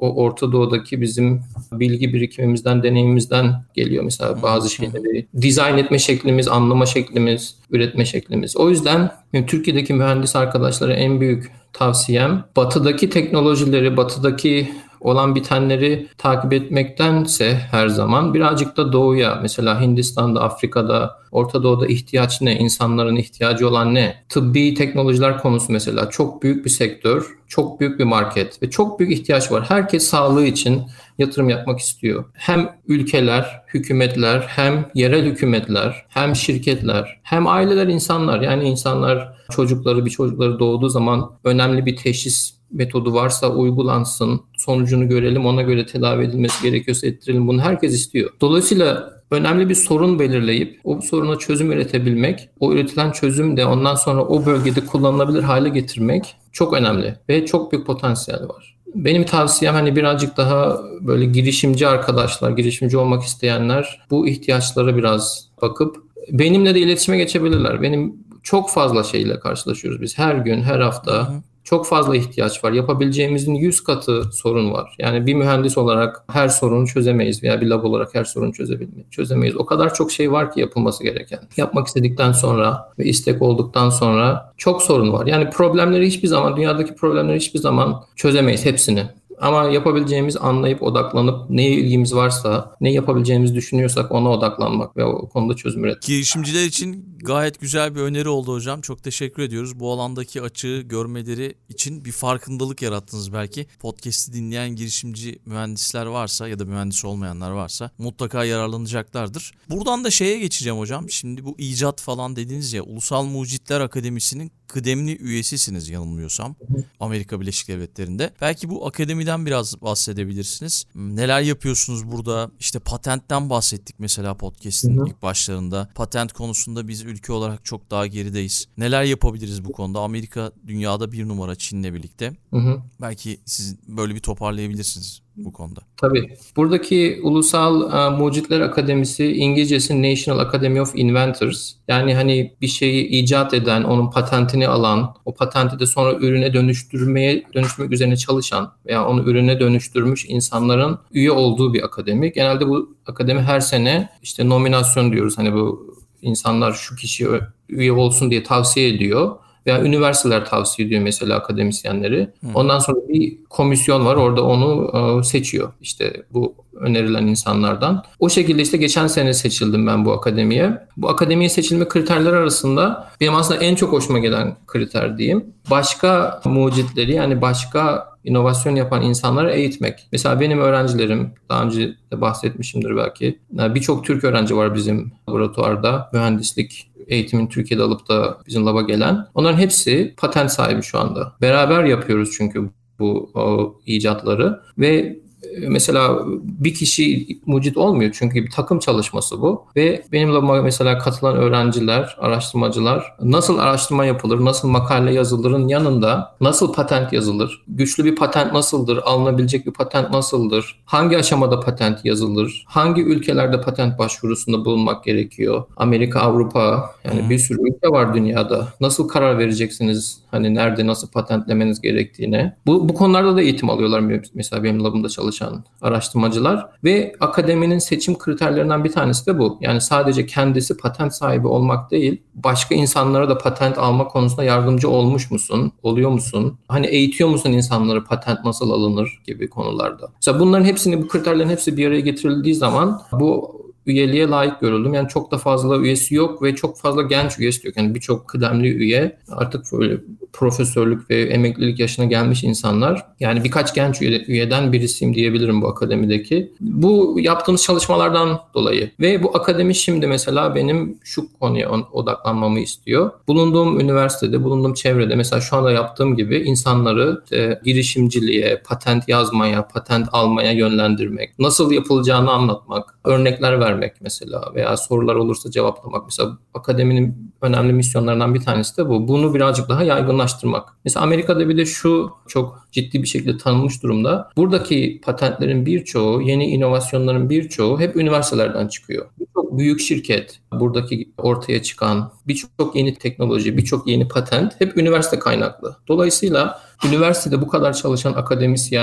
o Orta Doğu'daki bizim bilgi birikimimizden, deneyimimizden geliyor. Mesela bazı şeyleri dizayn etme şeklimiz, anlama şeklimiz, üretme şeklimiz. O yüzden yani Türkiye'deki mühendis arkadaşlara en büyük tavsiyem batıdaki teknolojileri, batıdaki olan bitenleri takip etmektense her zaman birazcık da doğuya, mesela Hindistan'da, Afrika'da, Orta Doğu'da ihtiyaç ne? İnsanların ihtiyacı olan ne? Tıbbi teknolojiler konusu mesela çok büyük bir sektör, çok büyük bir market ve çok büyük ihtiyaç var. Herkes sağlığı için yatırım yapmak istiyor. Hem ülkeler, hükümetler, hem yerel hükümetler, hem şirketler, hem aileler, insanlar. Yani insanlar çocukları, bir çocukları doğduğu zaman önemli bir teşhis metodu varsa uygulansın, sonucunu görelim, ona göre tedavi edilmesi gerekiyorsa ettirelim. Bunu herkes istiyor. Dolayısıyla önemli bir sorun belirleyip o soruna çözüm üretebilmek, o üretilen çözüm de ondan sonra o bölgede kullanılabilir hale getirmek çok önemli ve çok büyük potansiyel var. Benim tavsiyem hani birazcık daha böyle girişimci arkadaşlar, girişimci olmak isteyenler bu ihtiyaçlara biraz bakıp benimle de iletişime geçebilirler. Benim çok fazla şeyle karşılaşıyoruz biz her gün, her hafta. Hı hı. Çok fazla ihtiyaç var. Yapabileceğimizin yüz katı sorun var. Yani bir mühendis olarak her sorunu çözemeyiz veya bir lab olarak her sorunu çözebilmeyi çözemeyiz. O kadar çok şey var ki yapılması gereken. Yapmak istedikten sonra ve istek olduktan sonra çok sorun var. Yani problemleri hiçbir zaman, dünyadaki problemleri hiçbir zaman çözemeyiz hepsini. Ama yapabileceğimiz, anlayıp odaklanıp neye ilgimiz varsa, ne yapabileceğimizi düşünüyorsak ona odaklanmak ve o konuda çözüm üretmek. Girişimciler için gayet güzel bir öneri oldu hocam. Çok teşekkür ediyoruz. Bu alandaki açığı görmeleri için bir farkındalık yarattınız belki. Podcast'i dinleyen girişimci mühendisler varsa ya da mühendis olmayanlar varsa mutlaka yararlanacaklardır. Buradan da şeye geçeceğim hocam. Şimdi bu icat falan dediniz ya, Ulusal Mucitler Akademisi'nin kıdemli üyesisiniz yanılmıyorsam, Amerika Birleşik Devletleri'nde. Belki bu akademiden biraz bahsedebilirsiniz. Neler yapıyorsunuz burada? İşte patentten bahsettik mesela podcast'in hı hı. ilk başlarında. Patent konusunda biz ülke olarak çok daha gerideyiz. Neler yapabiliriz bu konuda? Amerika dünyada bir numara Çin'le birlikte. Hı hı. Belki siz böyle bir toparlayabilirsiniz bu konuda. Tabii. Buradaki Ulusal uh, Mucitler Akademisi, İngilizcesi National Academy of Inventors. Yani hani bir şeyi icat eden, onun patentini alan, o patenti de sonra ürüne dönüştürmeye, dönüştürmek üzerine çalışan veya onu ürüne dönüştürmüş insanların üye olduğu bir akademi. Genelde bu akademi her sene işte nominasyon diyoruz. Hani bu insanlar şu kişi üye olsun diye tavsiye ediyor. Veya üniversiteler tavsiye ediyor mesela akademisyenleri. Hmm. Ondan sonra bir komisyon var, orada onu e, seçiyor. İşte bu önerilen insanlardan. O şekilde işte geçen sene seçildim ben bu akademiye. Bu akademiye seçilme kriterleri arasında benim aslında en çok hoşuma gelen kriter diyeyim, başka mucitleri, yani başka inovasyon yapan insanları eğitmek. Mesela benim öğrencilerim, daha önce de bahsetmişimdir belki, birçok Türk öğrenci var bizim laboratuvarda, mühendislik eğitimin Türkiye'de alıp da bizim laba gelen. Onların hepsi patent sahibi şu anda. Beraber yapıyoruz çünkü bu o icatları ve mesela bir kişi mucit olmuyor çünkü bir takım çalışması bu ve benim labıma mesela katılan öğrenciler, araştırmacılar nasıl araştırma yapılır, nasıl makale yazılırın yanında nasıl patent yazılır, güçlü bir patent nasıldır, alınabilecek bir patent nasıldır, hangi aşamada patent yazılır, hangi ülkelerde patent başvurusunda bulunmak gerekiyor, Amerika, Avrupa, yani bir sürü ülke var dünyada, nasıl karar vereceksiniz, hani nerede nasıl patentlemeniz gerektiğine. Bu, bu konularda da eğitim alıyorlar mesela benim labımda çalışan araştırmacılar ve akademinin seçim kriterlerinden bir tanesi de bu. Yani sadece kendisi patent sahibi olmak değil, başka insanlara da patent alma konusunda yardımcı olmuş musun, oluyor musun? Hani eğitiyor musun insanları patent nasıl alınır gibi konularda. Mesela bunların hepsini, bu kriterlerin hepsi bir araya getirildiği zaman bu üyeliğe layık görüldüm. Yani çok da fazla üyesi yok ve çok fazla genç üyesi yok. Yani birçok kıdemli üye, artık böyle profesörlük ve emeklilik yaşına gelmiş insanlar. Yani birkaç genç üye, üyeden birisiyim diyebilirim bu akademideki. Bu yaptığımız çalışmalardan dolayı. Ve bu akademi şimdi mesela benim şu konuya odaklanmamı istiyor. Bulunduğum üniversitede, bulunduğum çevrede mesela şu anda yaptığım gibi insanları e, girişimciliğe, patent yazmaya, patent almaya yönlendirmek, nasıl yapılacağını anlatmak, örnekler vermek mesela veya sorular olursa cevaplamak. Mesela akademinin önemli misyonlarından bir tanesi de bu. Bunu birazcık daha yaygınlaştırmak. Mesela Amerika'da bir de şu çok ciddi bir şekilde tanınmış durumda. Buradaki patentlerin birçoğu, yeni inovasyonların birçoğu hep üniversitelerden çıkıyor. Birçok büyük şirket, buradaki ortaya çıkan birçok yeni teknoloji, birçok yeni patent hep üniversite kaynaklı. Dolayısıyla üniversitede bu kadar çalışan akademisyen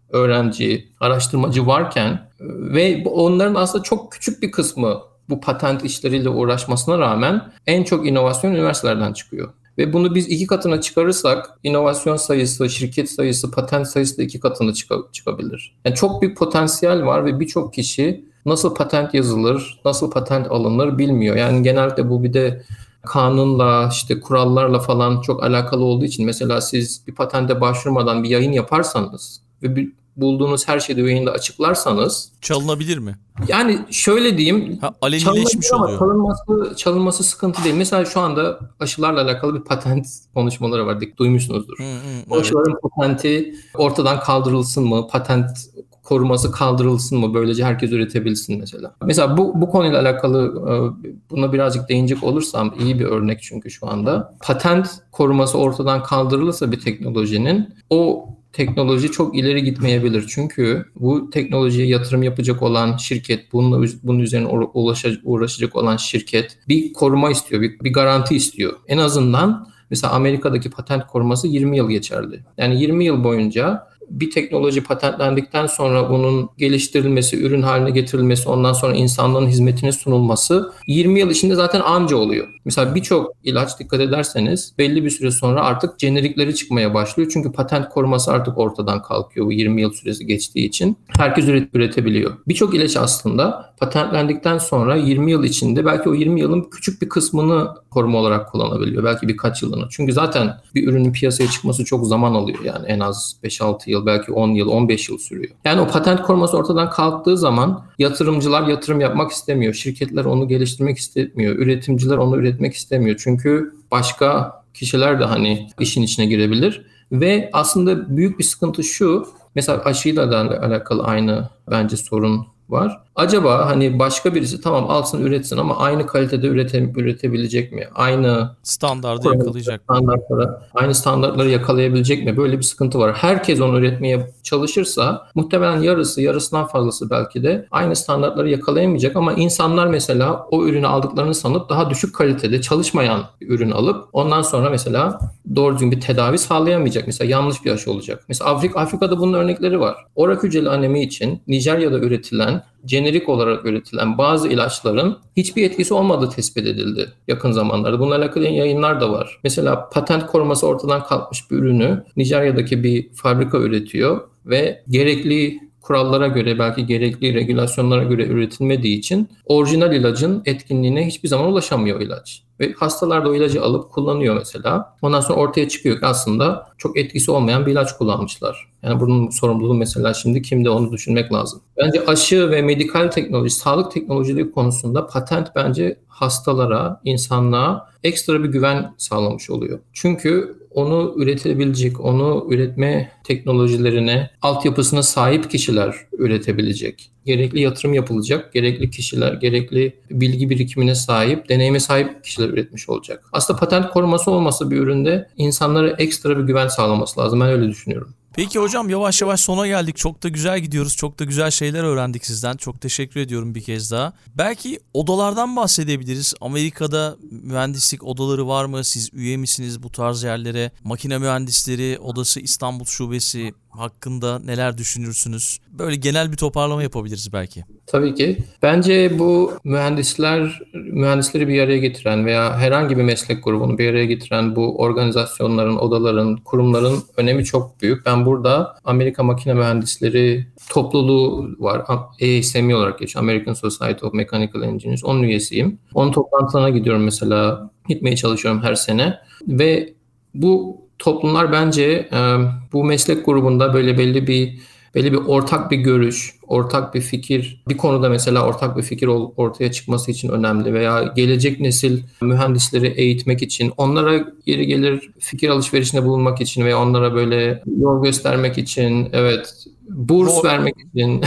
öğrenci, araştırmacı varken ve onların aslında çok küçük bir kısmı bu patent işleriyle uğraşmasına rağmen en çok inovasyon üniversitelerden çıkıyor. Ve bunu biz iki katına çıkarırsak inovasyon sayısı, şirket sayısı, patent sayısı da iki katına çık- çıkabilir. Yani çok büyük potansiyel var ve birçok kişi nasıl patent yazılır, nasıl patent alınır bilmiyor. Yani genellikle bu bir de kanunla, işte kurallarla falan çok alakalı olduğu için mesela siz bir patente başvurmadan bir yayın yaparsanız ve bir, bulduğunuz her şeyi de yayında açıklarsanız Çalınabilir mi? yani şöyle diyeyim, Ha, alenileşmiş çalınabilir ama oluyor. çalınması, çalınması sıkıntı değil. Mesela şu anda aşılarla alakalı bir patent konuşmaları var. Duymuşsunuzdur. Hı hı, O evet. aşıların patenti ortadan kaldırılsın mı? Patent koruması kaldırılsın mı? Böylece herkes üretebilsin mesela. Mesela bu, bu konuyla alakalı buna birazcık değinecek olursam iyi bir örnek çünkü şu anda. Patent koruması ortadan kaldırılırsa bir teknolojinin o teknoloji çok ileri gitmeyebilir. Çünkü bu teknolojiye yatırım yapacak olan şirket, bununla, bunun üzerine uğraşacak, uğraşacak olan şirket bir koruma istiyor, bir, bir garanti istiyor. En azından mesela Amerika'daki patent koruması yirmi yıl geçerli. Yani yirmi yıl boyunca bir teknoloji patentlendikten sonra bunun geliştirilmesi, ürün haline getirilmesi, ondan sonra insanlığın hizmetine sunulması yirmi yıl içinde zaten anca oluyor. Mesela birçok ilaç dikkat ederseniz belli bir süre sonra artık jenerikleri çıkmaya başlıyor. Çünkü patent koruması artık ortadan kalkıyor bu yirmi yıl süresi geçtiği için. Herkes üret, üretebiliyor. Birçok ilaç aslında patentlendikten sonra yirmi yıl içinde belki o yirmi yılın küçük bir kısmını koruma olarak kullanabiliyor. Belki birkaç yılını. Çünkü zaten bir ürünün piyasaya çıkması çok zaman alıyor. Yani en az beş altı yıl, belki on yıl, on beş yıl sürüyor. Yani o patent koruması ortadan kalktığı zaman yatırımcılar yatırım yapmak istemiyor. Şirketler onu geliştirmek istemiyor. Üretimciler onu üretmek istemiyor. Çünkü başka kişiler de hani işin içine girebilir. Ve aslında büyük bir sıkıntı şu. Mesela aşıyla da alakalı aynı bence sorun var. Acaba hani başka birisi tamam alsın üretsin ama aynı kalitede ürete, üretebilecek mi? Aynı Standardı yakalayacak. standartlara, aynı standartları yakalayabilecek mi? Böyle bir sıkıntı var. Herkes onu üretmeye çalışırsa muhtemelen yarısı, yarısından fazlası belki de aynı standartları yakalayamayacak ama insanlar mesela o ürünü aldıklarını sanıp daha düşük kalitede çalışmayan bir ürün alıp ondan sonra mesela doğru düzgün bir tedavi sağlayamayacak. Mesela yanlış bir aşı olacak. Mesela Afrika, Afrika'da bunun örnekleri var. Orak hücreli anemi için Nijerya'da üretilen, jenerik olarak üretilen bazı ilaçların hiçbir etkisi olmadığı tespit edildi yakın zamanlarda. Bununla alakalı yayınlar da var. Mesela patent koruması ortadan kalkmış bir ürünü Nijerya'daki bir fabrika üretiyor ve gerekli kurallara göre, belki gerekli regülasyonlara göre üretilmediği için orijinal ilacın etkinliğine hiçbir zaman ulaşamıyor ilaç. Ve hastalar da o ilacı alıp kullanıyor mesela. Ondan sonra ortaya çıkıyor ki aslında çok etkisi olmayan bir ilaç kullanmışlar. Yani bunun sorumluluğu mesela şimdi kimde, onu düşünmek lazım. Bence aşı ve medikal teknoloji, sağlık teknolojileri konusunda patent bence hastalara, insanlığa ekstra bir güven sağlamış oluyor. Çünkü onu üretebilecek, onu üretme teknolojilerine, altyapısına sahip kişiler üretebilecek. Gerekli yatırım yapılacak, gerekli kişiler, gerekli bilgi birikimine sahip, deneyime sahip kişiler üretmiş olacak. Aslında patent koruması olmasa bir üründe insanlara ekstra bir güven sağlaması lazım. Ben öyle düşünüyorum. Peki hocam, yavaş yavaş sona geldik. Çok da güzel gidiyoruz. Çok da güzel şeyler öğrendik sizden. Çok teşekkür ediyorum bir kez daha. Belki odalardan bahsedebiliriz. Amerika'da mühendislik odaları var mı? Siz üye misiniz bu tarz yerlere? Makine Mühendisleri Odası İstanbul Şubesi hakkında neler düşünürsünüz? Böyle genel bir toparlama yapabiliriz belki. Tabii ki. Bence bu mühendisler, mühendisleri bir araya getiren veya herhangi bir meslek grubunu bir araya getiren bu organizasyonların, odaların, kurumların önemi çok büyük. Ben burada Amerika Makine Mühendisleri topluluğu var. A S M E olarak geçiyor. American Society of Mechanical Engineers. Onun üyesiyim. Onun toplantılarına gidiyorum mesela. Gitmeye çalışıyorum her sene. Ve bu toplumlar bence e, bu meslek grubunda böyle belli bir belli bir ortak bir görüş, ortak bir fikir, bir konuda mesela ortak bir fikir ortaya çıkması için önemli veya gelecek nesil mühendisleri eğitmek için, onlara geri gelir fikir alışverişinde bulunmak için veya onlara böyle yol göstermek için, evet, burs Rol, vermek için.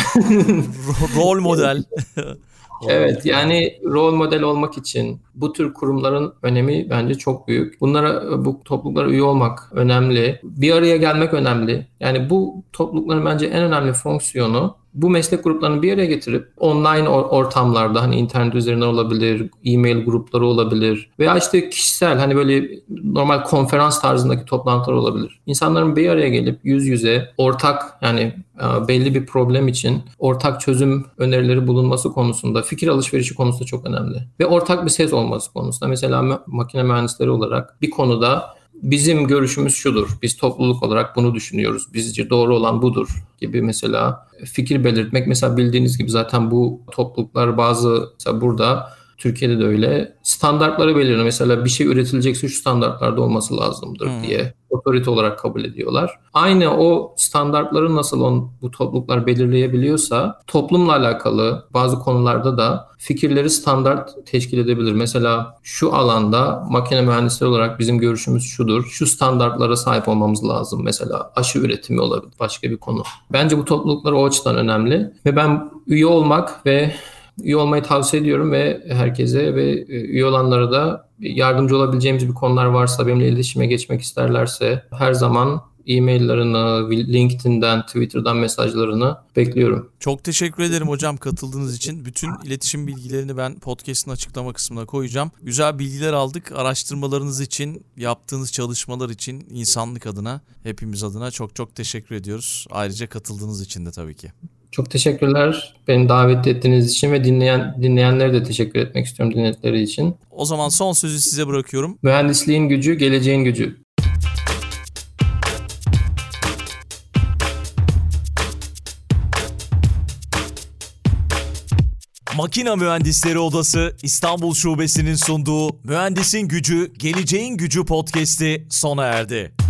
rol model. Evet, yani rol model olmak için bu tür kurumların önemi bence çok büyük. Bunlara, bu topluluklara üye olmak önemli. Bir araya gelmek önemli. Yani bu toplulukların bence en önemli fonksiyonu bu meslek gruplarını bir araya getirip online ortamlarda, hani internet üzerinden olabilir, e-mail grupları olabilir veya işte kişisel, hani böyle normal konferans tarzındaki toplantılar olabilir. İnsanların bir araya gelip yüz yüze ortak, yani belli bir problem için ortak çözüm önerileri bulunması konusunda, fikir alışverişi konusunda çok önemli. Ve ortak bir ses olması konusunda. Mesela makine mühendisleri olarak bir konuda bizim görüşümüz şudur, biz topluluk olarak bunu düşünüyoruz, bizce doğru olan budur gibi mesela fikir belirtmek. Mesela bildiğiniz gibi zaten bu topluluklar, bazı mesela burada Türkiye'de de öyle, standartları belirliyor. Mesela bir şey üretilecekse şu standartlarda olması lazımdır hmm. diye otorite olarak kabul ediyorlar. Aynı o standartları nasıl on, bu topluluklar belirleyebiliyorsa, toplumla alakalı bazı konularda da fikirleri standart teşkil edebilir. Mesela şu alanda makine mühendisleri olarak bizim görüşümüz şudur, şu standartlara sahip olmamız lazım. Mesela aşı üretimi olabilir, başka bir konu. Bence bu topluluklar o açıdan önemli ve ben üye olmak ve üye olmayı tavsiye ediyorum ve herkese ve üye olanlara da yardımcı olabileceğimiz bir konular varsa, benimle iletişime geçmek isterlerse her zaman e-maillerini, LinkedIn'den, Twitter'dan mesajlarını bekliyorum. Çok teşekkür ederim hocam katıldığınız için. Bütün iletişim bilgilerini ben podcast'ın açıklama kısmına koyacağım. Güzel bilgiler aldık. Araştırmalarınız için, yaptığınız çalışmalar için, insanlık adına, hepimiz adına çok çok teşekkür ediyoruz. Ayrıca katıldığınız için de tabii ki. Çok teşekkürler beni davet ettiğiniz için ve dinleyen dinleyenlere de teşekkür etmek istiyorum dinledikleri için. O zaman son sözü size bırakıyorum. Mühendisliğin gücü, geleceğin gücü. Makina Mühendisleri Odası İstanbul Şubesi'nin sunduğu Mühendisin Gücü, Geleceğin Gücü podcast'i sona erdi.